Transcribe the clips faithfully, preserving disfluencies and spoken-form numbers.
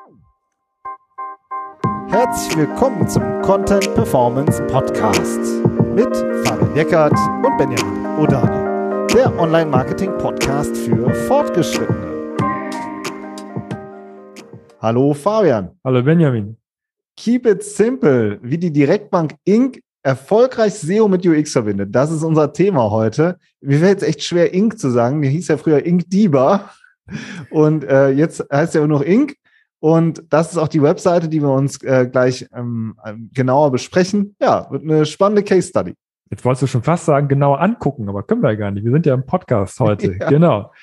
Herzlich willkommen zum Content Performance Podcast mit Fabian Jeckert und Benjamin Odani, der Online-Marketing-Podcast für Fortgeschrittene. Hallo Fabian. Hallo Benjamin. Keep it simple, wie die Direktbank Inc erfolgreich S E O mit U X verbindet. Das ist unser Thema heute. Mir fällt es echt schwer, Inc zu sagen. Der hieß ja früher Inc Dieber und äh, jetzt heißt er nur noch Inc. Und das ist auch die Webseite, die wir uns äh, gleich ähm, genauer besprechen. Ja, wird eine spannende Case Study. Jetzt wolltest du schon fast sagen, genauer angucken, aber können wir ja gar nicht. Wir sind ja im Podcast heute. Ja. Genau.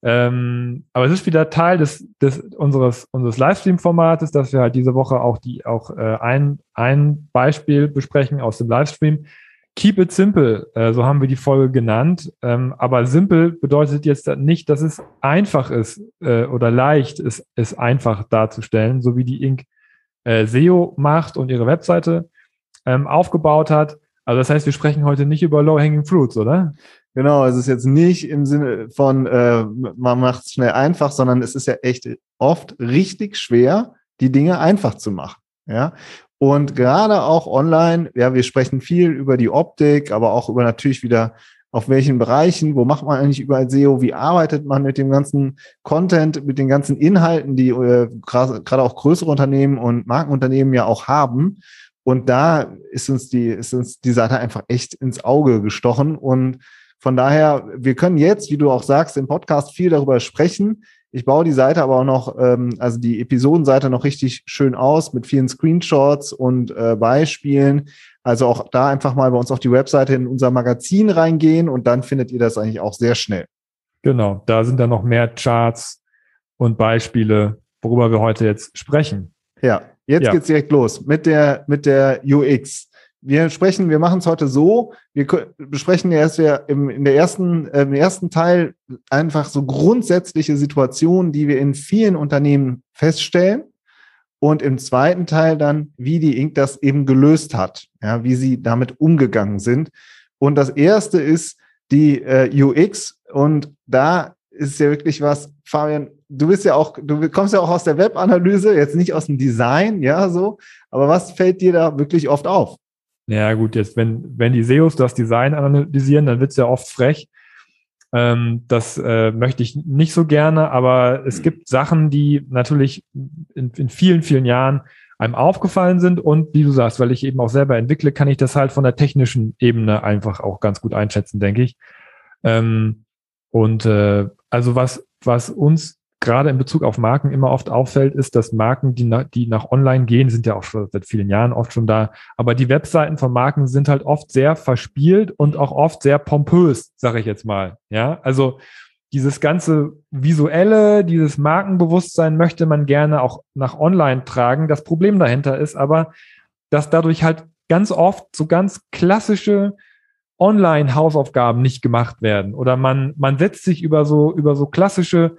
Ähm, aber es ist wieder Teil des, des unseres, unseres Livestream-Formates, dass wir halt diese Woche auch die auch äh, ein, ein Beispiel besprechen aus dem Livestream. Keep it simple, äh, so haben wir die Folge genannt. Ähm, aber simple bedeutet jetzt nicht, dass es einfach ist äh, oder leicht ist, es einfach darzustellen, so wie die Inc äh, S E O macht und ihre Webseite ähm, aufgebaut hat. Also das heißt, wir sprechen heute nicht über Low-Hanging Fruits, oder? Genau, es ist jetzt nicht im Sinne von, äh, man macht es schnell einfach, sondern es ist ja echt oft richtig schwer, die Dinge einfach zu machen. Ja. Und gerade auch online, ja, wir sprechen viel über die Optik, aber auch über natürlich wieder auf welchen Bereichen, wo macht man eigentlich überall S E O, wie arbeitet man mit dem ganzen Content, mit den ganzen Inhalten, die äh, gerade auch größere Unternehmen und Markenunternehmen ja auch haben. Und da ist uns die, ist uns die Seite einfach echt ins Auge gestochen. Und von daher, wir können jetzt, wie du auch sagst, im Podcast viel darüber sprechen. Ich baue die Seite aber auch noch, ähm, also die Episodenseite noch richtig schön aus mit vielen Screenshots und äh, Beispielen. Also auch da einfach mal bei uns auf die Webseite in unser Magazin reingehen und dann findet ihr das eigentlich auch sehr schnell. Genau, da sind dann noch mehr Charts und Beispiele, worüber wir heute jetzt sprechen. Ja, jetzt ja. geht's direkt los mit der, mit der U X. Wir sprechen, wir machen es heute so, wir besprechen erst ja im, in der ersten, äh, im ersten Teil einfach so grundsätzliche Situationen, die wir in vielen Unternehmen feststellen. Und im zweiten Teil dann, wie die Inc das eben gelöst hat, ja, wie sie damit umgegangen sind. Und das erste ist die äh, U X. Und da ist ja wirklich was, Fabian, du bist ja auch, du kommst ja auch aus der Webanalyse, jetzt nicht aus dem Design, ja, so. Aber was fällt dir da wirklich oft auf? Ja gut, jetzt wenn wenn die S E Os das Design analysieren, dann wird's ja oft frech. Ähm, das äh, möchte ich nicht so gerne, aber es gibt Sachen, die natürlich in, in vielen, vielen Jahren einem aufgefallen sind und wie du sagst, weil ich eben auch selber entwickle, kann ich das halt von der technischen Ebene einfach auch ganz gut einschätzen, denke ich. Ähm, und äh, also was was uns gerade in Bezug auf Marken immer oft auffällt, ist, dass Marken, die, na, die nach online gehen, sind ja auch schon seit vielen Jahren oft schon da, aber die Webseiten von Marken sind halt oft sehr verspielt und auch oft sehr pompös, sage ich jetzt mal. Ja, also dieses ganze Visuelle, dieses Markenbewusstsein möchte man gerne auch nach online tragen. Das Problem dahinter ist aber, dass dadurch halt ganz oft so ganz klassische Online-Hausaufgaben nicht gemacht werden oder man man setzt sich über so über so klassische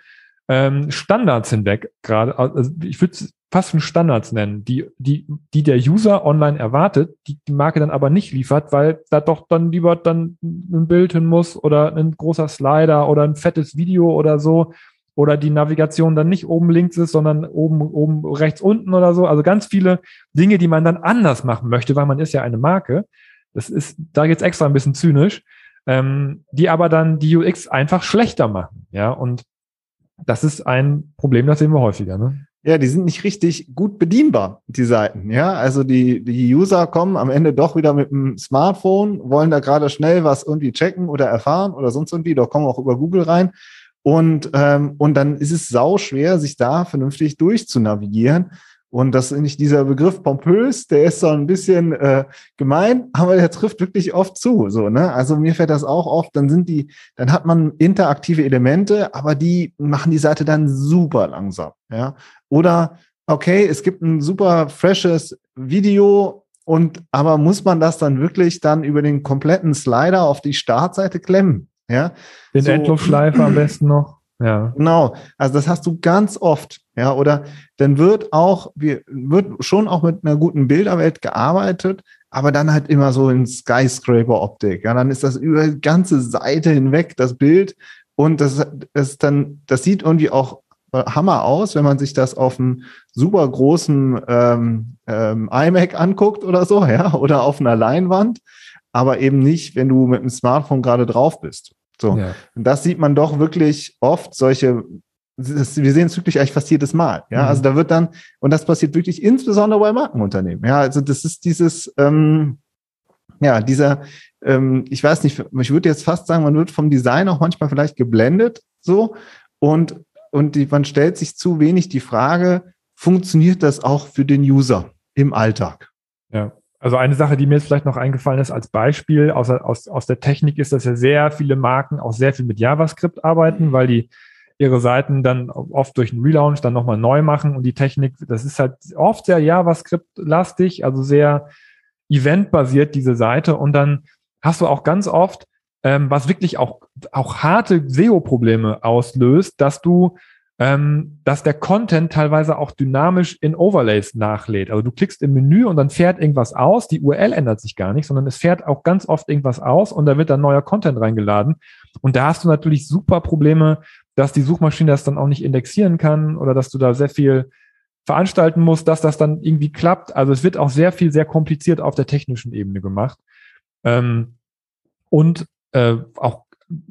Standards hinweg, gerade, also ich würde es fast schon Standards nennen, die, die, die der User online erwartet, die die Marke dann aber nicht liefert, weil da doch dann lieber dann ein Bild hin muss oder ein großer Slider oder ein fettes Video oder so oder die Navigation dann nicht oben links ist, sondern oben, oben rechts unten oder so. Also ganz viele Dinge, die man dann anders machen möchte, weil man ist ja eine Marke. Das ist, da jetzt extra ein bisschen zynisch, ähm, die aber dann die U X einfach schlechter machen, ja, und das ist ein Problem, das sehen wir häufiger, ne? Ja, die sind nicht richtig gut bedienbar, die Seiten, ja. Also die, die User kommen am Ende doch wieder mit dem Smartphone, wollen da gerade schnell was irgendwie checken oder erfahren oder sonst irgendwie, da kommen auch über Google rein. Und, ähm, und dann ist es sau schwer, sich da vernünftig durchzunavigieren. Und das ist nicht dieser Begriff pompös, der ist so ein bisschen äh, gemein, aber der trifft wirklich oft zu. So, ne? Also mir fällt das auch oft, dann sind die, dann hat man interaktive Elemente, aber die machen die Seite dann super langsam. Ja? Oder okay, es gibt ein super freshes Video und aber muss man das dann wirklich dann über den kompletten Slider auf die Startseite klemmen? Ja? Den so, Endlosschleifer am besten noch. Ja. Genau, also das hast du ganz oft, ja, oder dann wird auch, wir, wird schon auch mit einer guten Bilderwelt gearbeitet, aber dann halt immer so in Skyscraper-Optik, ja, dann ist das über die ganze Seite hinweg, das Bild, und das, das dann, das sieht irgendwie auch Hammer aus, wenn man sich das auf einem super großen ähm, ähm, iMac anguckt oder so, ja, oder auf einer Leinwand, aber eben nicht, wenn du mit dem Smartphone gerade drauf bist. So. Ja. Und das sieht man doch wirklich oft, solche, das, wir sehen es wirklich eigentlich fast jedes Mal. Ja, mhm. Also da wird dann, und das passiert wirklich insbesondere bei Markenunternehmen. Ja, also das ist dieses, ähm, ja, dieser, ähm, ich weiß nicht, ich würde jetzt fast sagen, man wird vom Design auch manchmal vielleicht geblendet, so, und, und die, man stellt sich zu wenig die Frage, funktioniert das auch für den User im Alltag? Ja. Also eine Sache, die mir jetzt vielleicht noch eingefallen ist als Beispiel aus, aus, aus der Technik, ist, dass ja sehr viele Marken auch sehr viel mit JavaScript arbeiten, weil die ihre Seiten dann oft durch einen Relaunch dann nochmal neu machen und die Technik, das ist halt oft sehr JavaScript-lastig, also sehr eventbasiert, diese Seite, und dann hast du auch ganz oft, ähm, was wirklich auch, auch harte S E O-Probleme auslöst, dass du Ähm, dass der Content teilweise auch dynamisch in Overlays nachlädt. Also du klickst im Menü und dann fährt irgendwas aus, die U R L ändert sich gar nicht, sondern es fährt auch ganz oft irgendwas aus und da wird dann neuer Content reingeladen. Und da hast du natürlich super Probleme, dass die Suchmaschine das dann auch nicht indexieren kann oder dass du da sehr viel veranstalten musst, dass das dann irgendwie klappt. Also es wird auch sehr viel, sehr kompliziert auf der technischen Ebene gemacht. Ähm, und äh, auch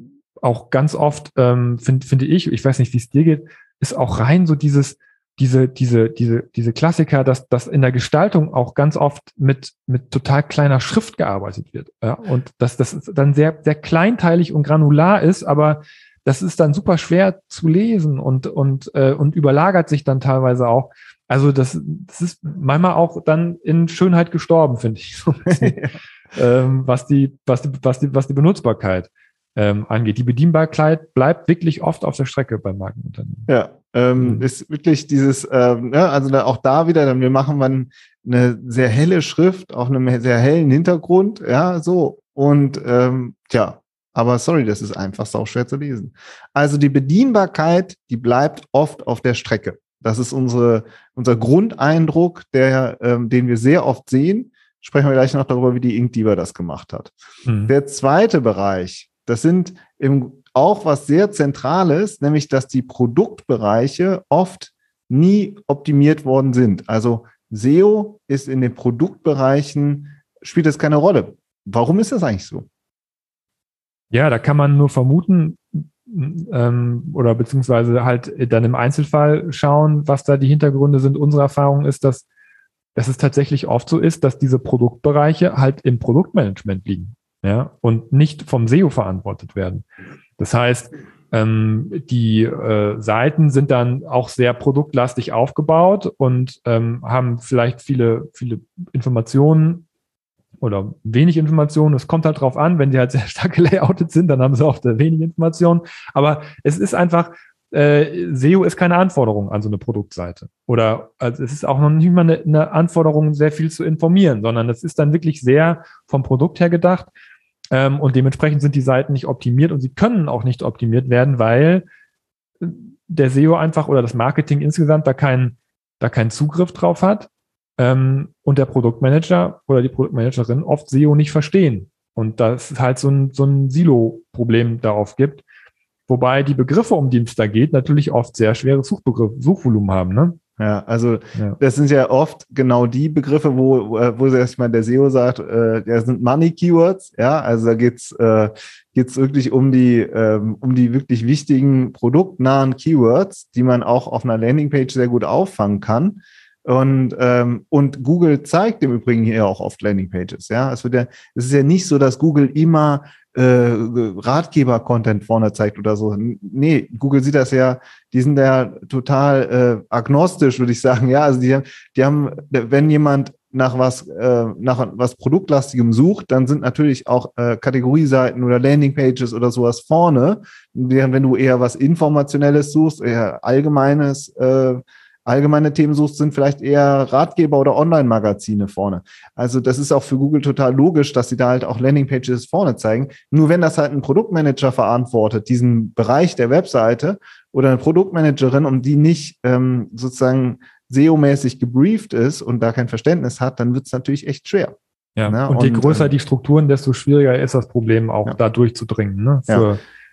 auch ganz oft, ähm, finde finde ich, ich weiß nicht, wie es dir geht, ist auch rein so dieses, diese, diese, diese, diese Klassiker, dass, dass in der Gestaltung auch ganz oft mit, mit total kleiner Schrift gearbeitet wird. Ja? Und dass das dann sehr, sehr kleinteilig und granular ist, aber das ist dann super schwer zu lesen und, und, äh, und überlagert sich dann teilweise auch. Also das, das ist manchmal auch dann in Schönheit gestorben, finde ich, so ein bisschen, ähm, was die, was die, was die, was die Benutzbarkeit Ähm, angeht. Die Bedienbarkeit bleibt wirklich oft auf der Strecke bei Markenunternehmen. Ja, ähm, mhm. ist wirklich dieses, ähm, ne, also da, auch da wieder, dann wir machen dann eine sehr helle Schrift auf einem sehr hellen Hintergrund, ja, so, und ähm, tja, aber sorry, das ist einfach sau schwer zu lesen. Also die Bedienbarkeit, die bleibt oft auf der Strecke. Das ist unsere, unser Grundeindruck, der, ähm, den wir sehr oft sehen. Sprechen wir gleich noch darüber, wie die Inkdiva das gemacht hat. Mhm. Der zweite Bereich, das sind im, auch was sehr Zentrales, nämlich dass die Produktbereiche oft nie optimiert worden sind. Also S E O ist in den Produktbereichen, spielt das keine Rolle. Warum ist das eigentlich so? Ja, da kann man nur vermuten ähm, oder beziehungsweise halt dann im Einzelfall schauen, was da die Hintergründe sind. Unsere Erfahrung ist, dass, dass es tatsächlich oft so ist, dass diese Produktbereiche halt im Produktmanagement liegen. Ja, und nicht vom S E O verantwortet werden. Das heißt, ähm, die äh, Seiten sind dann auch sehr produktlastig aufgebaut und ähm, haben vielleicht viele, viele Informationen oder wenig Informationen. Es kommt halt drauf an, wenn die halt sehr stark gelayoutet sind, dann haben sie oft wenig Informationen. Aber es ist einfach, äh, S E O ist keine Anforderung an so eine Produktseite. Oder also es ist auch noch nicht mal eine, eine Anforderung, sehr viel zu informieren, sondern es ist dann wirklich sehr vom Produkt her gedacht. Ähm, und dementsprechend sind die Seiten nicht optimiert und sie können auch nicht optimiert werden, weil der S E O einfach oder das Marketing insgesamt da keinen da keinen Zugriff drauf hat ähm, und der Produktmanager oder die Produktmanagerin oft S E O nicht verstehen. Und dass es halt so ein, so ein Silo-Problem darauf gibt, wobei die Begriffe, um die es da geht, natürlich oft sehr schweres Suchbegriff, Suchvolumen haben, ne? Ja, also ja. Das sind ja oft genau die Begriffe, wo wo erstmal der S E O sagt, äh, das sind Money Keywords, ja, also da geht's äh, geht's wirklich um die ähm, um die wirklich wichtigen produktnahen Keywords, die man auch auf einer Landingpage sehr gut auffangen kann. Und ähm, und Google zeigt im Übrigen hier auch oft Landingpages, ja. Es wird ja, es ist ja nicht so, dass Google immer äh, Ratgeber-Content vorne zeigt oder so. Nee, Google sieht das ja, die sind ja total äh, agnostisch, würde ich sagen. Ja, also die haben, die haben, wenn jemand nach was, äh, nach was Produktlastigem sucht, dann sind natürlich auch äh, Kategorieseiten oder Landingpages oder sowas vorne. Während wenn du eher was Informationelles suchst, eher allgemeines, äh, allgemeine Themen suchst, sind vielleicht eher Ratgeber oder Online-Magazine vorne. Also das ist auch für Google total logisch, dass sie da halt auch Landingpages vorne zeigen. Nur wenn das halt ein Produktmanager verantwortet, diesen Bereich der Webseite oder eine Produktmanagerin, um die nicht ähm, sozusagen S E O-mäßig gebrieft ist und da kein Verständnis hat, dann wird es natürlich echt schwer. Ja, ne? und, und je größer ähm, die Strukturen, desto schwieriger ist das Problem auch ja. da durchzudringen. Ne? Für, ja.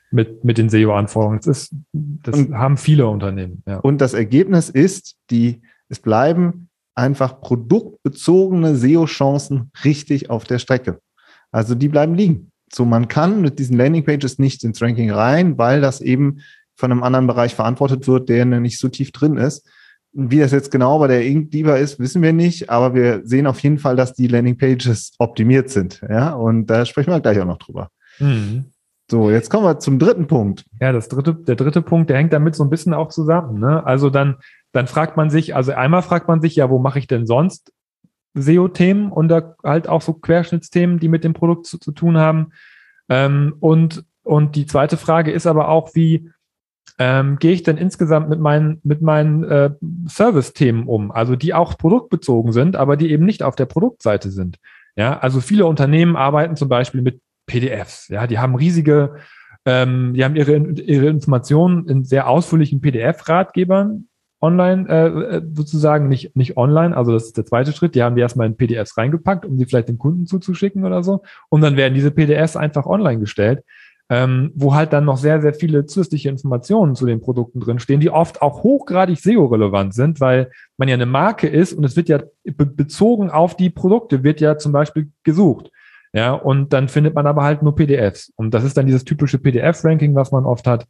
mit, mit den S E O-Anforderungen. Das ist, das und, haben viele Unternehmen. Ja. Und das Ergebnis ist, die, es bleiben einfach produktbezogene S E O-Chancen richtig auf der Strecke. Also die bleiben liegen. So, man kann mit diesen Landingpages nicht ins Ranking rein, weil das eben von einem anderen Bereich verantwortet wird, der nicht so tief drin ist. Wie das jetzt genau bei der Inkdiva ist, wissen wir nicht, aber wir sehen auf jeden Fall, dass die Landingpages optimiert sind. Ja, und da sprechen wir gleich auch noch drüber. Mhm. So, jetzt kommen wir zum dritten Punkt. Ja, das dritte, der dritte Punkt, der hängt damit so ein bisschen auch zusammen. Ne? Also dann, dann fragt man sich, also einmal fragt man sich, ja, wo mache ich denn sonst S E O-Themen und da halt auch so Querschnittsthemen, die mit dem Produkt zu, zu tun haben. Ähm, und, und die zweite Frage ist aber auch, wie ähm, gehe ich denn insgesamt mit meinen, mit meinen äh, Service-Themen um? Also die auch produktbezogen sind, aber die eben nicht auf der Produktseite sind. Ja, also viele Unternehmen arbeiten zum Beispiel mit P D Fs. Ja, die haben riesige, ähm, die haben ihre, ihre Informationen in sehr ausführlichen P D F-Ratgebern online äh, sozusagen, nicht, nicht online, also das ist der zweite Schritt, die haben die erstmal in P D Fs reingepackt, um sie vielleicht dem Kunden zuzuschicken oder so und dann werden diese P D Fs einfach online gestellt, ähm, wo halt dann noch sehr, sehr viele zusätzliche Informationen zu den Produkten drinstehen, die oft auch hochgradig S E O-relevant sind, weil man ja eine Marke ist und es wird ja be- bezogen auf die Produkte, wird ja zum Beispiel gesucht. Ja, und dann findet man aber halt nur P D Fs und das ist dann dieses typische P D F-Ranking, was man oft hat,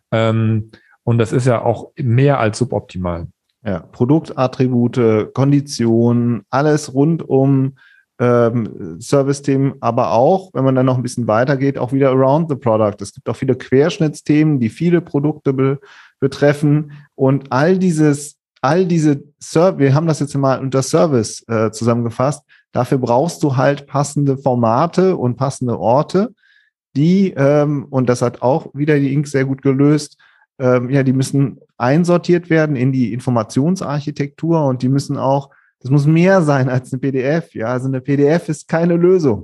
ähm, und das ist ja auch mehr als suboptimal. Ja, Produktattribute, Konditionen, alles rund um ähm, Service-Themen, aber auch, wenn man dann noch ein bisschen weitergeht, auch wieder around the product. Es gibt auch viele Querschnittsthemen, die viele Produkte be- betreffen und all dieses, all diese Service, wir haben das jetzt mal unter Service äh, zusammengefasst, dafür brauchst du halt passende Formate und passende Orte, die, ähm, und das hat auch wieder die Ink sehr gut gelöst, ja, die müssen einsortiert werden in die Informationsarchitektur und die müssen auch, das muss mehr sein als eine P D F. Ja, also eine P D F ist keine Lösung.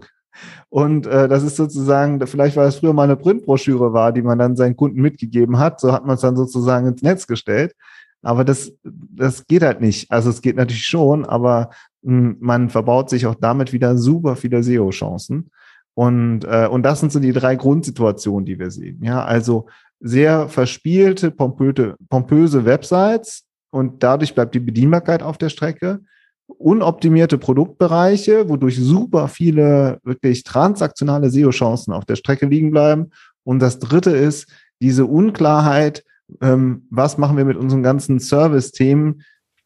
Und äh, das ist sozusagen, vielleicht weil es früher mal eine Printbroschüre war, die man dann seinen Kunden mitgegeben hat, so hat man es dann sozusagen ins Netz gestellt. Aber das, das geht halt nicht. Also es geht natürlich schon, aber mh, man verbaut sich auch damit wieder super viele S E O-Chancen. Und, äh, und das sind so die drei Grundsituationen, die wir sehen. Ja, also sehr verspielte, pompöte, pompöse Websites und dadurch bleibt die Bedienbarkeit auf der Strecke. Unoptimierte Produktbereiche, wodurch super viele wirklich transaktionale S E O-Chancen auf der Strecke liegen bleiben. Und das dritte ist diese Unklarheit, ähm, was machen wir mit unseren ganzen Service-Themen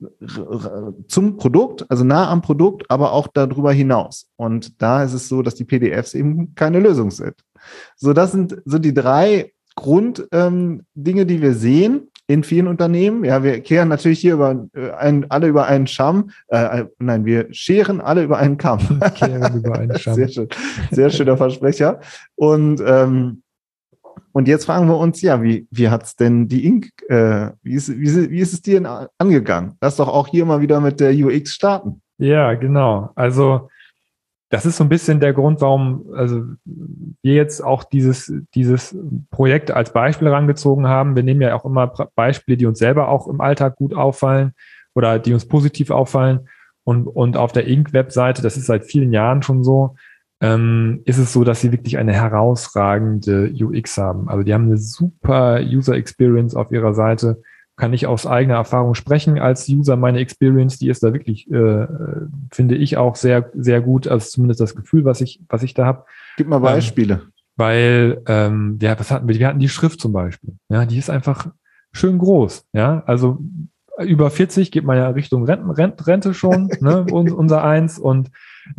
zum Produkt, also nah am Produkt, aber auch darüber hinaus. Und da ist es so, dass die P D Fs eben keine Lösung sind. So, das sind so die drei Grunddinge, ähm, die wir sehen in vielen Unternehmen. Ja, wir kehren natürlich hier über äh, ein, alle über einen Kamm. Äh, nein, wir scheren alle über einen Kamm. Kehren über einen Kamm. Sehr schön, sehr schöner Versprecher. Und ähm, und jetzt fragen wir uns, ja, wie wie hat's denn die Ink, äh, wie ist wie ist, wie ist es dir denn angegangen? Lass doch auch hier mal wieder mit der U X starten. Ja, genau. Also das ist so ein bisschen der Grund, warum also wir jetzt auch dieses, dieses Projekt als Beispiel herangezogen haben. Wir nehmen ja auch immer Beispiele, die uns selber auch im Alltag gut auffallen oder die uns positiv auffallen. Und, und auf der Ink-Webseite, das ist seit vielen Jahren schon so, ähm, ist es so, dass sie wirklich eine herausragende U X haben. Also die haben eine super User Experience auf ihrer Seite. Kann ich aus eigener Erfahrung sprechen als User. Meine Experience, die ist da wirklich, äh, finde ich auch sehr, sehr gut. Also zumindest das Gefühl, was ich, was ich da habe. Gib mal Beispiele. Ähm, weil, ähm, ja, was hatten wir? Wir hatten die Schrift zum Beispiel. Ja, die ist einfach schön groß. Ja, also über vierzig geht man ja Richtung Renten, Rente, Rente schon, ne, unser Eins und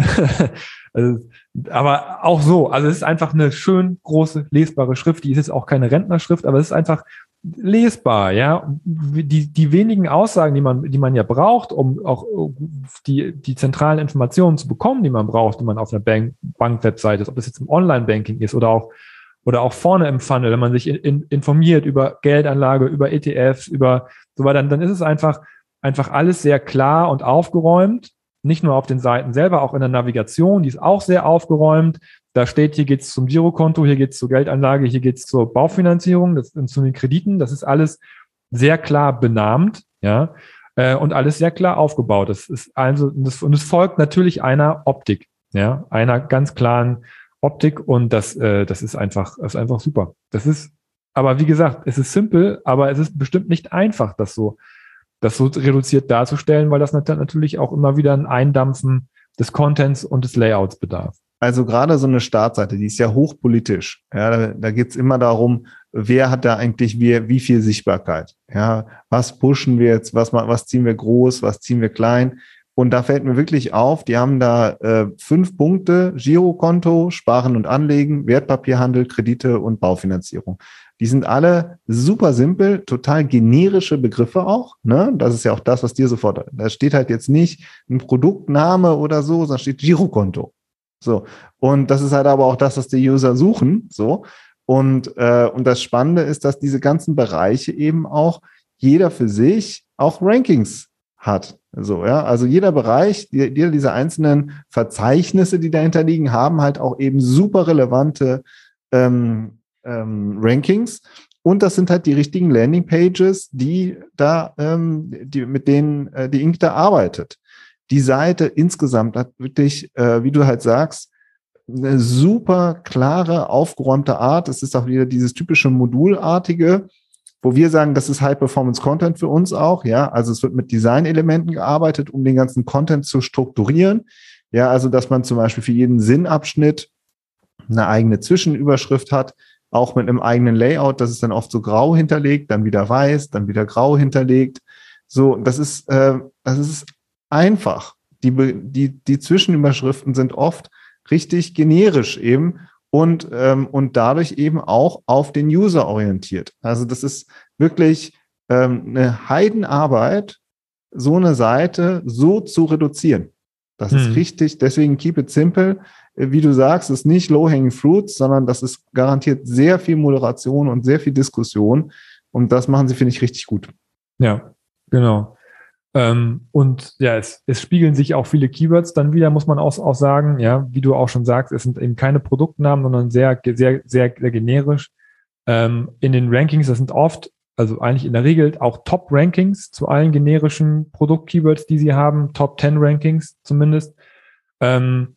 also, aber auch so. Also es ist einfach eine schön große lesbare Schrift. Die ist jetzt auch keine Rentnerschrift, aber es ist einfach lesbar, ja. Die, die wenigen Aussagen, die man, die man ja braucht, um auch die, die zentralen Informationen zu bekommen, die man braucht, wenn man auf einer Bank, Bank-Webseite ist, ob das jetzt im Online-Banking ist oder auch, oder auch vorne im Funnel, wenn man sich in, in, informiert über Geldanlage, über E T Fs, über so weiter, dann, dann ist es einfach, einfach alles sehr klar und aufgeräumt. Nicht nur auf den Seiten selber, auch in der Navigation, die ist auch sehr aufgeräumt. Da steht, hier geht's zum Girokonto, hier geht's zur Geldanlage, hier geht's zur Baufinanzierung, das, zu den Krediten. Das ist alles sehr klar benannt, ja, äh, und alles sehr klar aufgebaut. Das ist also, das, und es folgt natürlich einer Optik, ja, einer ganz klaren Optik und das, äh, das ist einfach, das ist einfach super. Das ist, aber wie gesagt, es ist simpel, aber es ist bestimmt nicht einfach, das so, das so reduziert darzustellen, weil das natürlich auch immer wieder ein Eindampfen des Contents und des Layouts bedarf. Also gerade so eine Startseite, die ist ja hochpolitisch. Ja, da, da geht's immer darum, wer hat da eigentlich wie, wie viel Sichtbarkeit? Ja, was pushen wir jetzt? Was, was ziehen wir groß? Was ziehen wir klein? Und da fällt mir wirklich auf, die haben da äh, fünf Punkte: Girokonto, Sparen und Anlegen, Wertpapierhandel, Kredite und Baufinanzierung. Die sind alle super simpel, total generische Begriffe auch. Ne? Das ist ja auch das, was dir sofort, da steht halt jetzt nicht ein Produktname oder so, sondern steht Girokonto. So. Und das ist halt aber auch das, was die User suchen. So. Und, äh, und das Spannende ist, dass diese ganzen Bereiche eben auch jeder für sich auch Rankings hat. So, ja. Also jeder Bereich, jeder dieser einzelnen Verzeichnisse, die dahinter liegen, haben halt auch eben super relevante ähm, ähm, Rankings. Und das sind halt die richtigen Landingpages, die da, ähm, die, mit denen äh, die Inc da arbeitet. Die Seite insgesamt hat wirklich, äh, wie du halt sagst, eine super klare, aufgeräumte Art. Es ist auch wieder dieses typische Modulartige, wo wir sagen, das ist High-Performance-Content für uns auch. Ja, also es wird mit Designelementen gearbeitet, um den ganzen Content zu strukturieren. Ja, also dass man zum Beispiel für jeden Sinnabschnitt eine eigene Zwischenüberschrift hat, auch mit einem eigenen Layout. Das ist dann oft so grau hinterlegt, dann wieder weiß, dann wieder grau hinterlegt. So, das ist, äh, das ist einfach. Die, die, die Zwischenüberschriften sind oft richtig generisch eben und, ähm, und dadurch eben auch auf den User orientiert. Also das ist wirklich ähm, eine Heidenarbeit, so eine Seite so zu reduzieren. Das hm. ist richtig, deswegen keep it simple. Wie du sagst, ist nicht low-hanging fruits, sondern das ist garantiert sehr viel Moderation und sehr viel Diskussion und das machen sie, finde ich, richtig gut. Ja, genau. Ähm, und ja, es, es spiegeln sich auch viele Keywords dann wieder, muss man auch, auch sagen, ja, wie du auch schon sagst, es sind eben keine Produktnamen, sondern sehr, sehr, sehr, sehr generisch. Ähm, in den Rankings, das sind oft, also eigentlich in der Regel auch Top-Rankings zu allen generischen Produkt-Keywords, die sie haben, Top zehn Rankings zumindest. Ähm,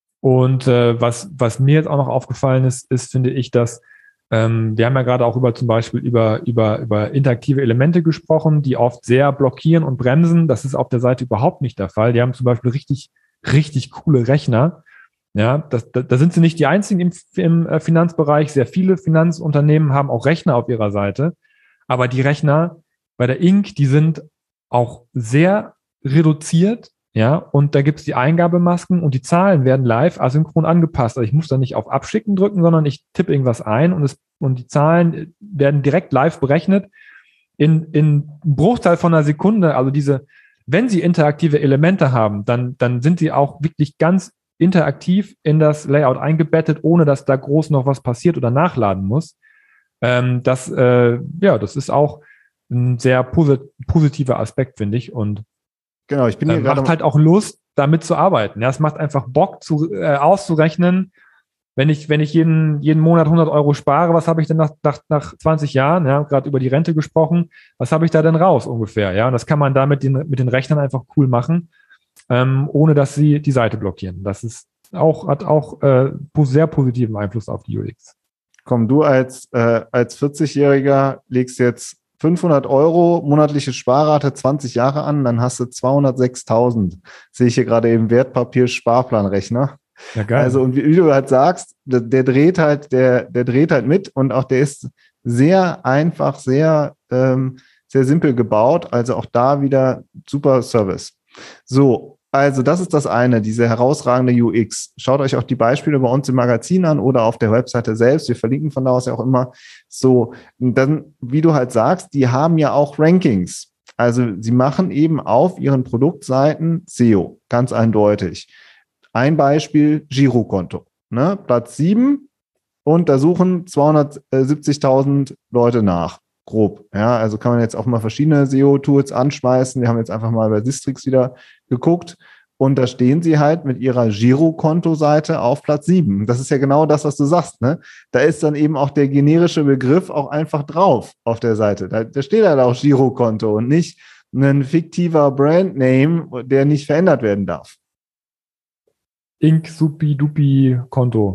und äh, was, was mir jetzt auch noch aufgefallen ist, ist, finde ich, dass Ähm, wir haben ja gerade auch über zum Beispiel über, über, über interaktive Elemente gesprochen, die oft sehr blockieren und bremsen. Das ist auf der Seite überhaupt nicht der Fall. Die haben zum Beispiel richtig, richtig coole Rechner. Ja, das, da, da sind sie nicht die einzigen im, im Finanzbereich. Sehr viele Finanzunternehmen haben auch Rechner auf ihrer Seite. Aber die Rechner bei der Inc, die sind auch sehr reduziert. Ja, und da gibt es die Eingabemasken und die Zahlen werden live asynchron angepasst. Also ich muss da nicht auf Abschicken drücken, sondern ich tippe irgendwas ein und es und die Zahlen werden direkt live berechnet in in einem Bruchteil von einer Sekunde. Also diese, wenn Sie interaktive Elemente haben, dann dann sind sie auch wirklich ganz interaktiv in das Layout eingebettet, ohne dass da groß noch was passiert oder nachladen muss. Ähm, das äh, ja, das ist auch ein sehr posit- positiver Aspekt, finde ich, und Genau, ich bin hier äh, gerade macht halt auch Lust, damit zu arbeiten. Ja, es macht einfach Bock, zu, äh, auszurechnen, wenn ich, wenn ich jeden, jeden Monat hundert Euro spare, was habe ich denn nach, nach, nach zwanzig Jahren, ja, gerade über die Rente gesprochen, was habe ich da denn raus ungefähr, ja, und das kann man da mit den, mit den Rechnern einfach cool machen, ähm, ohne dass sie die Seite blockieren. Das ist auch, hat auch äh, sehr positiven Einfluss auf die U X. Komm, du als, äh, als vierzig-Jähriger legst jetzt fünfhundert Euro monatliche Sparrate, zwanzig Jahre an, dann hast du zweihundertsechstausend. Sehe ich hier gerade eben Wertpapier-Sparplanrechner. Ja, geil. Also, und wie, wie du halt sagst, der, der dreht halt, der, der dreht halt mit und auch der ist sehr einfach, sehr, ähm, sehr simpel gebaut. Also auch da wieder super Service. So. Also das ist das eine, diese herausragende U X. Schaut euch auch die Beispiele bei uns im Magazin an oder auf der Webseite selbst. Wir verlinken von da aus ja auch immer so. Und dann, wie du halt sagst, die haben ja auch Rankings. Also sie machen eben auf ihren Produktseiten S E O, ganz eindeutig. Ein Beispiel, Girokonto. Ne? Platz sieben und da suchen zweihundertsiebzigtausend Leute nach. Grob. Ja, also kann man jetzt auch mal verschiedene S E O-Tools anschmeißen. Wir haben jetzt einfach mal bei Sistrix wieder geguckt und da stehen sie halt mit ihrer Girokonto-Seite auf Platz sieben. Das ist ja genau das, was du sagst, ne? Da ist dann eben auch der generische Begriff auch einfach drauf auf der Seite. Da, da steht halt auch Girokonto und nicht ein fiktiver Brandname, der nicht verändert werden darf. Inc. Supi Dupi Konto.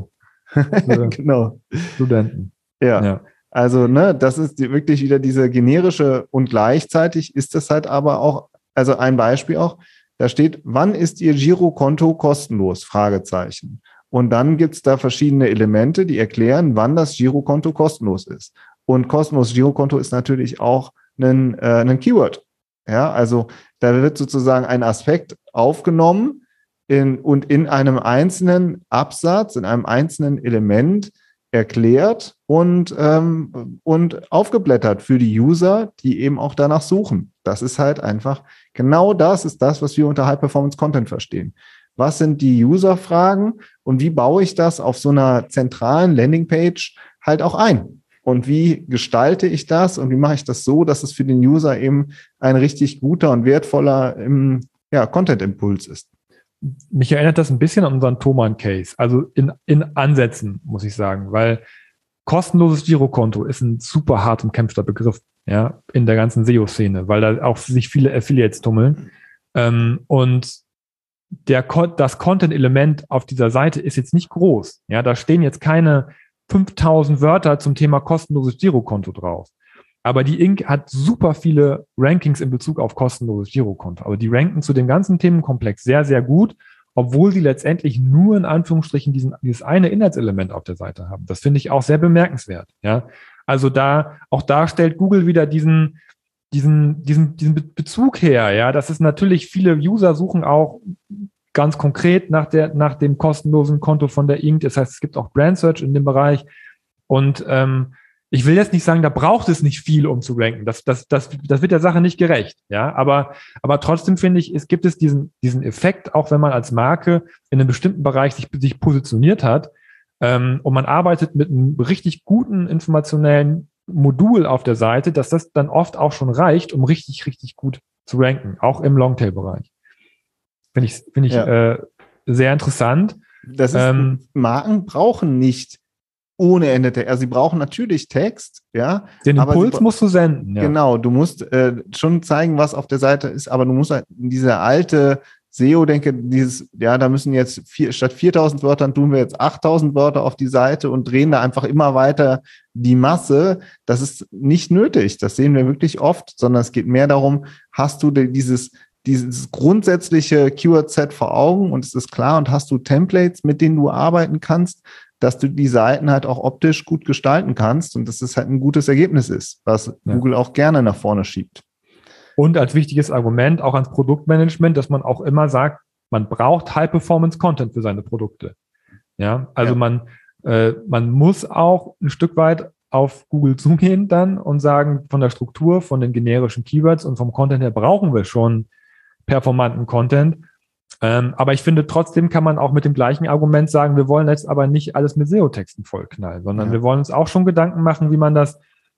Genau. Studenten. Ja. ja. Also, ne, das ist die, wirklich wieder diese generische und gleichzeitig ist das halt aber auch, also ein Beispiel auch, da steht, wann ist Ihr Girokonto kostenlos? Fragezeichen. Und dann gibt es da verschiedene Elemente, die erklären, wann das Girokonto kostenlos ist. Und kostenloses Girokonto ist natürlich auch ein, äh, ein Keyword. Ja, also da wird sozusagen ein Aspekt aufgenommen in, und in einem einzelnen Absatz, in einem einzelnen Element erklärt und, ähm, und aufgeblättert für die User, die eben auch danach suchen. Das ist halt einfach, genau das ist das, was wir unter High-Performance-Content verstehen. Was sind die User-Fragen und wie baue ich das auf so einer zentralen Landingpage halt auch ein? Und wie gestalte ich das und wie mache ich das so, dass es für den User eben ein richtig guter und wertvoller ähm, ja, Content-Impuls ist? Mich erinnert das ein bisschen an unseren Thomann-Case, also in, in Ansätzen, muss ich sagen, weil kostenloses Girokonto ist ein super hart umkämpfter Begriff, ja, in der ganzen S E O-Szene, weil da auch sich viele Affiliates tummeln. Ähm, und der, das Content-Element auf dieser Seite ist jetzt nicht groß. Ja, da stehen jetzt keine fünftausend Wörter zum Thema kostenloses Girokonto drauf. Aber die Inc hat super viele Rankings in Bezug auf kostenloses Girokonto. Aber die ranken zu dem ganzen Themenkomplex sehr, sehr gut, obwohl sie letztendlich nur in Anführungsstrichen diesen, dieses eine Inhaltselement auf der Seite haben. Das finde ich auch sehr bemerkenswert. Ja, also da, auch da stellt Google wieder diesen, diesen, diesen, diesen Bezug her. Ja, das ist natürlich, viele User suchen auch ganz konkret nach der, nach dem kostenlosen Konto von der Inc. Das heißt, es gibt auch Brand Search in dem Bereich. Und, ähm, ich will jetzt nicht sagen, da braucht es nicht viel, um zu ranken. Das, das, das, das wird der Sache nicht gerecht. Ja, aber, aber trotzdem finde ich, es gibt es diesen, diesen Effekt, auch wenn man als Marke in einem bestimmten Bereich sich, sich positioniert hat, ähm, und man arbeitet mit einem richtig guten informationellen Modul auf der Seite, dass das dann oft auch schon reicht, um richtig, richtig gut zu ranken, auch im Longtail-Bereich. Finde ich, finde ich, ja. äh, sehr interessant. Das ist, ähm, Marken brauchen nicht ohne Ende Text. Also sie brauchen natürlich Text, ja. Den Impuls aber musst du senden, ja. Genau, du musst äh, schon zeigen, was auf der Seite ist, aber du musst halt diese alte S E O-Denke, dieses, ja, da müssen jetzt vier, statt viertausend Wörtern tun wir jetzt achttausend Wörter auf die Seite und drehen da einfach immer weiter die Masse. Das ist nicht nötig. Das sehen wir wirklich oft, sondern es geht mehr darum, hast du dieses dieses grundsätzliche Keyword-Set vor Augen und es ist klar und hast du Templates, mit denen du arbeiten kannst, dass du die Seiten halt auch optisch gut gestalten kannst und dass es halt ein gutes Ergebnis ist, was ja. Google auch gerne nach vorne schiebt. Und als wichtiges Argument auch ans Produktmanagement, dass man auch immer sagt, man braucht High-Performance-Content für seine Produkte. Ja, also ja. man, äh, man muss auch ein Stück weit auf Google zugehen dann und sagen, von der Struktur, von den generischen Keywords und vom Content her brauchen wir schon performanten Content. Ähm, aber ich finde, trotzdem kann man auch mit dem gleichen Argument sagen, wir wollen jetzt aber nicht alles mit S E O-Texten vollknallen, sondern ja. wir wollen uns auch schon Gedanken machen, wie man das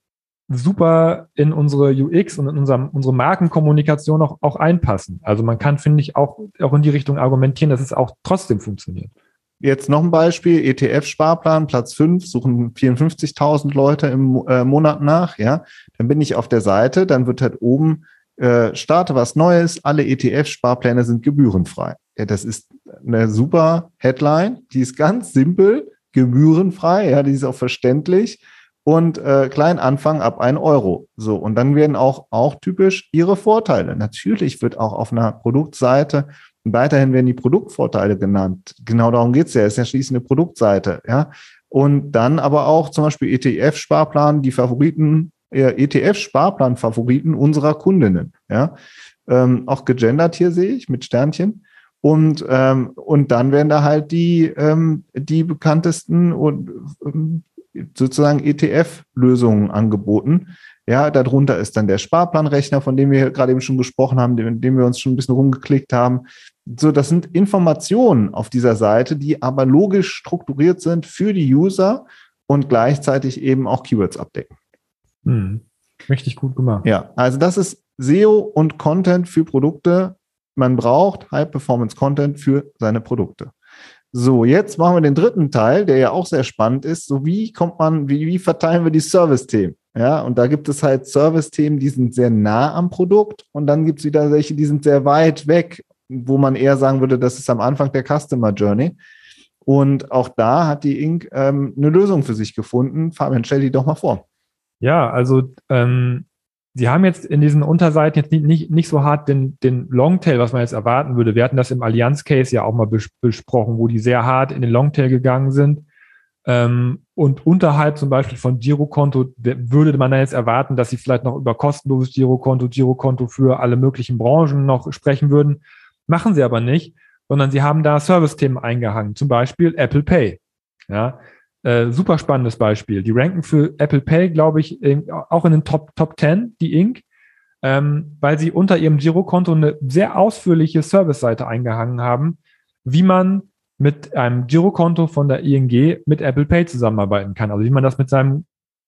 super in unsere U X und in unserem, unsere Markenkommunikation auch, auch einpassen. Also man kann, finde ich, auch, auch in die Richtung argumentieren, dass es auch trotzdem funktioniert. Jetzt noch ein Beispiel, E T F-Sparplan, Platz fünf, suchen vierundfünfzigtausend Leute im äh, Monat nach, ja. Dann bin ich auf der Seite, dann wird halt oben Äh, starte was Neues, alle E T F-Sparpläne sind gebührenfrei. Ja, das ist eine super Headline, die ist ganz simpel, gebührenfrei, ja, die ist auch verständlich und äh, klein Anfang ab ein Euro. So, und dann werden auch, auch typisch ihre Vorteile. Natürlich wird auch auf einer Produktseite, weiterhin werden die Produktvorteile genannt. Genau darum geht's ja, es ist ja schließlich eine Produktseite, ja. Und dann aber auch zum Beispiel E T F-Sparplan, die Favoriten E T F-Sparplan-Favoriten unserer Kundinnen. Ja? Ähm, auch gegendert hier sehe ich mit Sternchen. Und, ähm, und dann werden da halt die, ähm, die bekanntesten und ähm, sozusagen E T F-Lösungen angeboten. Ja, darunter ist dann der Sparplanrechner, von dem wir gerade eben schon gesprochen haben, in dem wir uns schon ein bisschen rumgeklickt haben. So, das sind Informationen auf dieser Seite, die aber logisch strukturiert sind für die User und gleichzeitig eben auch Keywords abdecken. Hm. Richtig gut gemacht. Ja, also das ist S E O und Content für Produkte. Man braucht High-Performance-Content für seine Produkte. So, jetzt machen wir den dritten Teil, der ja auch sehr spannend ist. So, wie kommt man, wie, wie verteilen wir die Service-Themen? Ja, und da gibt es halt Service-Themen, die sind sehr nah am Produkt und dann gibt es wieder welche, die sind sehr weit weg, wo man eher sagen würde, das ist am Anfang der Customer Journey. Und auch da hat die Inc. Ähm, eine Lösung für sich gefunden. Fabian, stell die doch mal vor. Ja, also ähm, Sie haben jetzt in diesen Unterseiten jetzt nicht, nicht, nicht so hart den, den Longtail, was man jetzt erwarten würde. Wir hatten das im Allianz-Case ja auch mal bes- besprochen, wo die sehr hart in den Longtail gegangen sind. Ähm, und unterhalb zum Beispiel von Girokonto würde man dann jetzt erwarten, dass sie vielleicht noch über kostenloses Girokonto, Girokonto für alle möglichen Branchen noch sprechen würden. Machen sie aber nicht, sondern sie haben da Service-Themen eingehangen, zum Beispiel Apple Pay. Ja, äh, super spannendes Beispiel. Die ranken für Apple Pay, glaube ich, in, auch in den Top, Top zehn, die Inc., ähm, weil sie unter ihrem Girokonto eine sehr ausführliche Service-Seite eingehangen haben, wie man mit einem Girokonto von der I N G mit Apple Pay zusammenarbeiten kann. Also wie man das mit seinem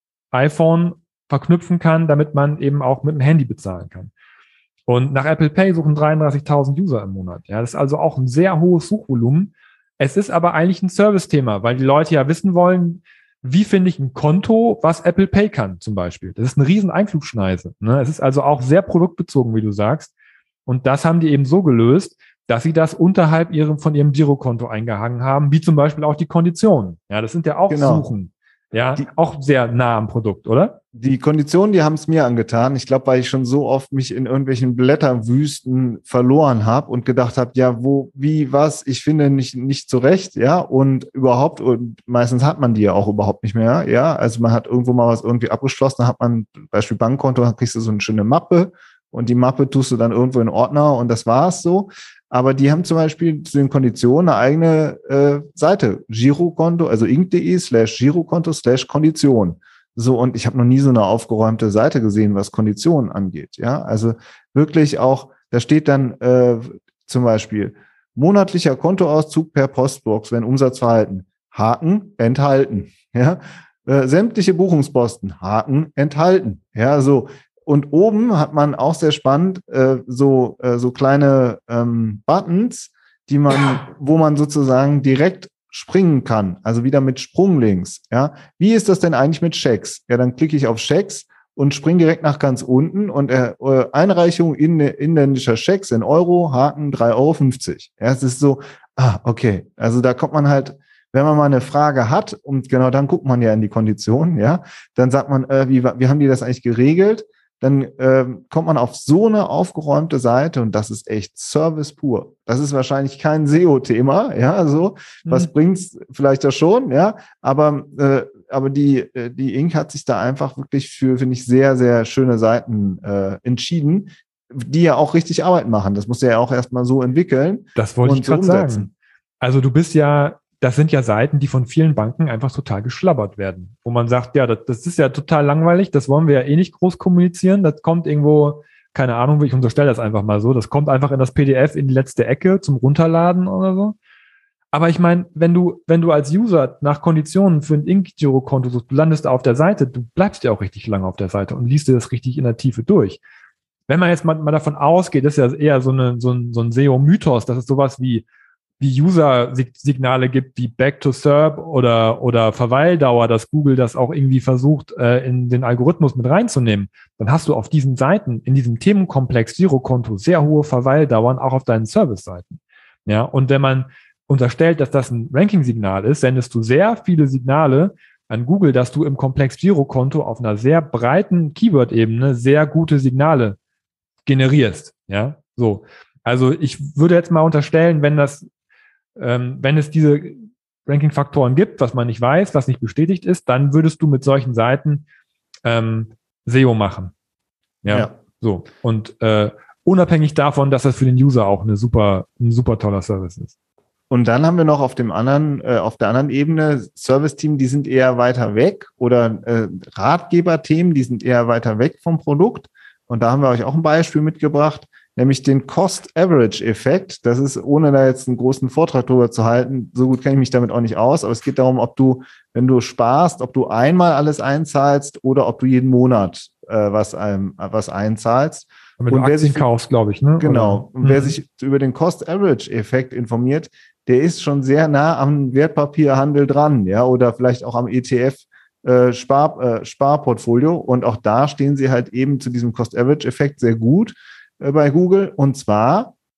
iPhone verknüpfen kann, damit man eben auch mit dem Handy bezahlen kann. Und nach Apple Pay suchen dreiunddreißigtausend User im Monat. Ja, das ist also auch ein sehr hohes Suchvolumen. Es ist aber eigentlich ein Service-Thema, weil die Leute ja wissen wollen, wie finde ich ein Konto, was Apple Pay kann zum Beispiel. Das ist eine riesen Einflugschneise. Ne? Es ist also auch sehr produktbezogen, wie du sagst. Und das haben die eben so gelöst, dass sie das unterhalb ihrem, von ihrem Girokonto eingehangen haben, wie zum Beispiel auch die Konditionen. Ja, das sind ja auch Genau. Suchen. Ja, Die, auch sehr nah am Produkt, oder? Die Konditionen, die haben es mir angetan. Ich glaube, weil ich schon so oft mich in irgendwelchen Blätterwüsten verloren habe und gedacht habe, ja, wo, wie, was, ich finde nicht, nicht zurecht, ja, und überhaupt, und meistens hat man die ja auch überhaupt nicht mehr, ja, also man hat irgendwo mal was irgendwie abgeschlossen, da hat man, Beispiel Bankkonto, dann kriegst du so eine schöne Mappe und die Mappe tust du dann irgendwo in Ordner und das war's so. Aber die haben zum Beispiel zu den Konditionen eine eigene äh, Seite, Girokonto, also inc.de slash Girokonto slash Kondition. So, und ich habe noch nie so eine aufgeräumte Seite gesehen, was Konditionen angeht. Ja, also wirklich auch, da steht dann äh, zum Beispiel monatlicher Kontoauszug per Postbox, wenn Umsatzverhalten, Haken, enthalten. Ja, äh, sämtliche Buchungsposten, Haken, enthalten. Ja, so. Und oben hat man auch sehr spannend äh, so äh, so kleine ähm, Buttons, die man, wo man sozusagen direkt springen kann, also wieder mit Sprunglinks. Ja, wie ist das denn eigentlich mit Schecks? Ja, dann klicke ich auf Schecks und springe direkt nach ganz unten und äh, Einreichung in, inländischer Schecks in Euro, Haken drei Euro fünfzig. Ja, es ist so, ah, okay, also da kommt man halt, wenn man mal eine Frage hat und genau dann guckt man ja in die Konditionen, ja, dann sagt man, äh, wie, wie haben die das eigentlich geregelt? Dann ähm, kommt man auf so eine aufgeräumte Seite und das ist echt Service pur. Das ist wahrscheinlich kein S E O-Thema, ja, so. Was mhm. bringt's vielleicht da schon, ja, aber äh, aber die die Inc hat sich da einfach wirklich für, finde ich, sehr sehr schöne Seiten äh, entschieden, die ja auch richtig Arbeit machen. Das muss ja auch erstmal so entwickeln. Das wollte ich gerade sagen. Also du bist ja Das sind ja Seiten, die von vielen Banken einfach total geschlabbert werden, wo man sagt, ja, das, das ist ja total langweilig, das wollen wir ja eh nicht groß kommunizieren, das kommt irgendwo, keine Ahnung, ich unterstelle das einfach mal so, das kommt einfach in das P D F in die letzte Ecke zum Runterladen oder so. Aber ich meine, wenn du, wenn du als User nach Konditionen für ein Inc-Girokonto suchst, du landest auf der Seite, du bleibst ja auch richtig lange auf der Seite und liest dir das richtig in der Tiefe durch. Wenn man jetzt mal, mal davon ausgeht, das ist ja eher so, eine, so ein, so ein S E O-Mythos, dass es sowas wie wie User-Signale gibt, wie Back to S E R P oder, oder Verweildauer, dass Google das auch irgendwie versucht, äh, in den Algorithmus mit reinzunehmen, dann hast du auf diesen Seiten, in diesem Themenkomplex Girokonto, sehr hohe Verweildauern, auch auf deinen Service-Seiten. Ja, und wenn man unterstellt, dass das ein Ranking-Signal ist, sendest du sehr viele Signale an Google, dass du im Komplex Girokonto auf einer sehr breiten Keyword-Ebene sehr gute Signale generierst. Ja, so. Also ich würde jetzt mal unterstellen, wenn das Ähm, wenn es diese Ranking-Faktoren gibt, was man nicht weiß, was nicht bestätigt ist, dann würdest du mit solchen Seiten ähm, S E O machen. Ja, ja. So. Und äh, unabhängig davon, dass das für den User auch eine super, ein super toller Service ist. Und dann haben wir noch auf dem anderen, äh, auf der anderen Ebene Service-Team, die sind eher weiter weg, oder äh, Ratgeber-Themen, die sind eher weiter weg vom Produkt. Und da haben wir euch auch ein Beispiel mitgebracht, nämlich den Cost-Average-Effekt. Das ist, ohne da jetzt einen großen Vortrag drüber zu halten, so gut kenne ich mich damit auch nicht aus, aber es geht darum, ob du, wenn du sparst, ob du einmal alles einzahlst oder ob du jeden Monat äh, was, ähm, was einzahlst. Wenn du Aktien sich, kaufst, glaube ich, ne? Genau. Oder? Und wer mhm. sich über den Cost-Average-Effekt informiert, der ist schon sehr nah am Wertpapierhandel dran, ja, oder vielleicht auch am E T F äh, Spar, äh, Sparportfolio. Und auch da stehen sie halt eben zu diesem Cost-Average-Effekt sehr gut bei Google, und zwar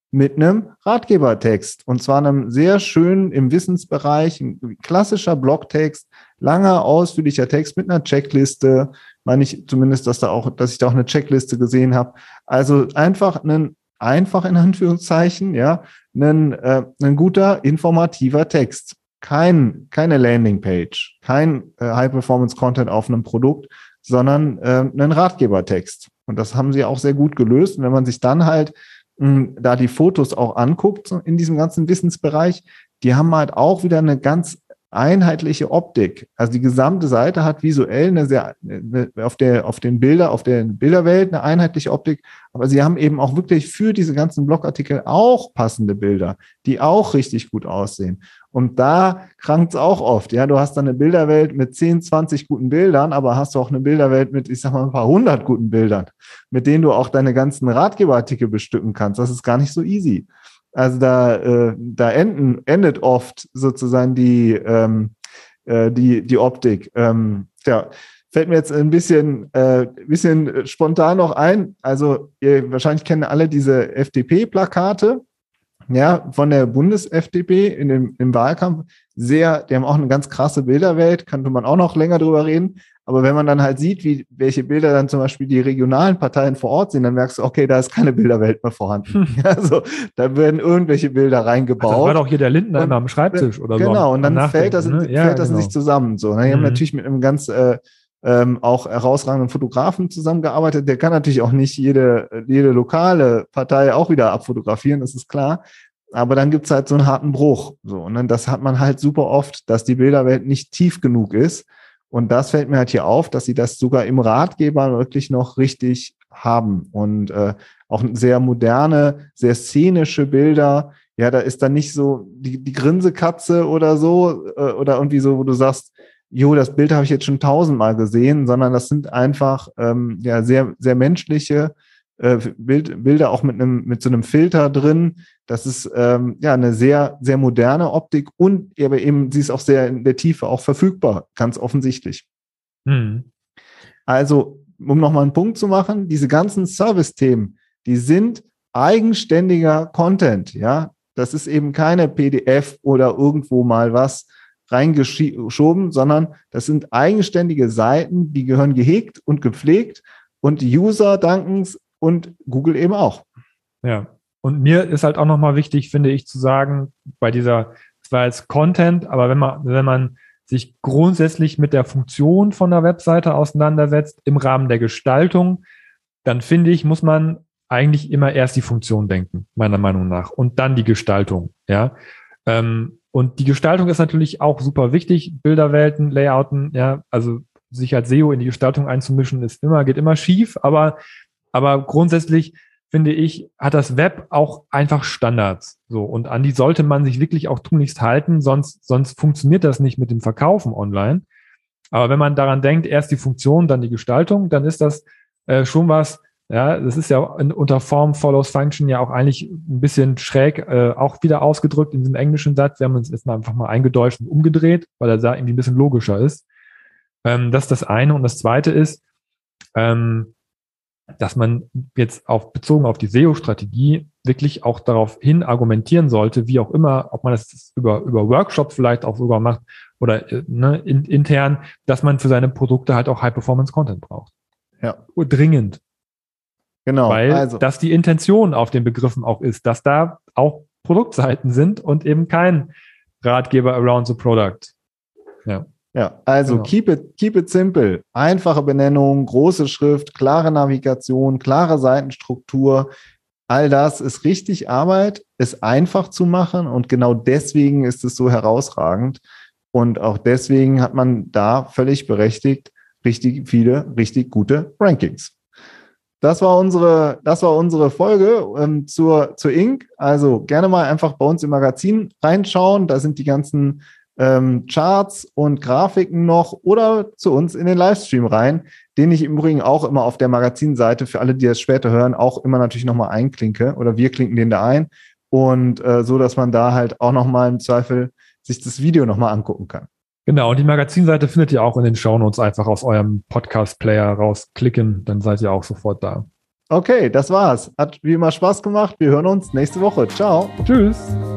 mit einem Ratgebertext. Und zwar einem sehr schönen im Wissensbereich, ein klassischer Blogtext, langer, ausführlicher Text mit einer Checkliste. Meine ich zumindest, dass da auch, dass ich da auch eine Checkliste gesehen habe. Also einfach einen, einfach in Anführungszeichen, ja, ein, äh, ein guter, informativer Text. Kein, keine Landingpage, kein äh, High-Performance-Content auf einem Produkt, sondern äh, einen Ratgebertext. Und das haben sie auch sehr gut gelöst. Und wenn man sich dann halt mh, da die Fotos auch anguckt in diesem ganzen Wissensbereich, die haben halt auch wieder eine ganz einheitliche Optik. Also die gesamte Seite hat visuell eine sehr, eine, auf der, auf den Bilder, auf der Bilderwelt eine einheitliche Optik. Aber sie haben eben auch wirklich für diese ganzen Blogartikel auch passende Bilder, die auch richtig gut aussehen. Und da krankt es auch oft. Ja, du hast dann eine Bilderwelt mit zehn, zwanzig guten Bildern, aber hast du auch eine Bilderwelt mit, ich sag mal, ein paar hundert guten Bildern, mit denen du auch deine ganzen Ratgeberartikel bestücken kannst. Das ist gar nicht so easy. Also da, äh, da enden, endet oft sozusagen die, ähm, äh, die, die Optik. Ähm, ja, fällt mir jetzt ein bisschen, äh, bisschen spontan noch ein. Also ihr wahrscheinlich kennen alle diese F D P-Plakate, ja, von der Bundes-F D P in dem, im Wahlkampf. Sehr, die haben auch eine ganz krasse Bilderwelt, könnte man auch noch länger drüber reden. Aber wenn man dann halt sieht, wie, welche Bilder dann zum Beispiel die regionalen Parteien vor Ort sind, dann merkst du, okay, da ist keine Bilderwelt mehr vorhanden. Hm. Also da werden irgendwelche Bilder reingebaut. Also das war doch hier der Lindner immer am Schreibtisch oder genau, so. Genau, und dann Nachdenken, fällt das, in, ne? ja, fällt das genau. in sich zusammen. So, ne? Die mhm. haben natürlich mit einem ganz äh, ähm, auch herausragenden Fotografen zusammengearbeitet. Der kann natürlich auch nicht jede, jede lokale Partei auch wieder abfotografieren, das ist klar. Aber dann gibt's halt so einen harten Bruch. So, und dann, das hat man halt super oft, dass die Bilderwelt nicht tief genug ist. Und das fällt mir halt hier auf, dass sie das sogar im Ratgeber wirklich noch richtig haben. Und äh, auch sehr moderne, sehr szenische Bilder. Ja, da ist dann nicht so die, die Grinsekatze oder so äh, oder irgendwie so, wo du sagst, jo, das Bild habe ich jetzt schon tausendmal gesehen, sondern das sind einfach ähm, ja sehr, sehr menschliche äh, Bild, Bilder auch mit einem mit so einem Filter drin. Das ist ähm, ja eine sehr, sehr moderne Optik und aber eben, sie ist auch sehr in der Tiefe auch verfügbar, ganz offensichtlich. Hm. Also, um nochmal einen Punkt zu machen, diese ganzen Service-Themen, die sind eigenständiger Content, ja. Das ist eben keine P D F oder irgendwo mal was reingeschoben, sondern das sind eigenständige Seiten, die gehören gehegt und gepflegt und die User danken's und Google eben auch. Ja. Und mir ist halt auch nochmal wichtig, finde ich, zu sagen, bei dieser, es war jetzt Content, aber wenn man, wenn man sich grundsätzlich mit der Funktion von der Webseite auseinandersetzt, im Rahmen der Gestaltung, dann finde ich, muss man eigentlich immer erst die Funktion denken, meiner Meinung nach, und dann die Gestaltung, ja. Und die Gestaltung ist natürlich auch super wichtig, Bilderwelten, Layouten, ja, also sich als S E O in die Gestaltung einzumischen, ist immer, geht immer schief, aber, aber grundsätzlich finde ich, hat das Web auch einfach Standards. So, und an die sollte man sich wirklich auch tunlichst halten, sonst, sonst funktioniert das nicht mit dem Verkaufen online. Aber wenn man daran denkt, erst die Funktion, dann die Gestaltung, dann ist das äh, schon was, ja, das ist ja in, unter Form follows Function ja auch eigentlich ein bisschen schräg äh, auch wieder ausgedrückt in diesem englischen Satz. Wir haben uns jetzt mal einfach mal eingedeutscht und umgedreht, weil er da irgendwie ein bisschen logischer ist. Ähm, das ist das eine. Und das zweite ist, ähm, dass man jetzt auf, bezogen auf die S E O-Strategie wirklich auch darauf hin argumentieren sollte, wie auch immer, ob man das über, über Workshops vielleicht auch sogar macht oder ne, in, intern, dass man für seine Produkte halt auch High-Performance-Content braucht. Ja. Dringend. Genau. Weil also. das die Intention auf den Begriffen auch ist, dass da auch Produktseiten sind und eben kein Ratgeber around the product. Ja. Ja, also genau. keep it, keep it simple. Einfache Benennung, große Schrift, klare Navigation, klare Seitenstruktur. All das ist richtig Arbeit, es einfach zu machen und genau deswegen ist es so herausragend. Und auch deswegen hat man da völlig berechtigt richtig viele, richtig gute Rankings. Das war unsere, das war unsere Folge ähm, zur, zur Inc. Also gerne mal einfach bei uns im Magazin reinschauen. Da sind die ganzen ähm, Charts und Grafiken noch oder zu uns in den Livestream rein, den ich im Übrigen auch immer auf der Magazinseite für alle, die das später hören, auch immer natürlich nochmal einklinke oder wir klinken den da ein und äh, so, dass man da halt auch nochmal im Zweifel sich das Video nochmal angucken kann. Genau, und die Magazinseite findet ihr auch in den Shownotes, einfach aus eurem Podcast-Player rausklicken, dann seid ihr auch sofort da. Okay, das war's. Hat wie immer Spaß gemacht. Wir hören uns nächste Woche. Ciao. Tschüss.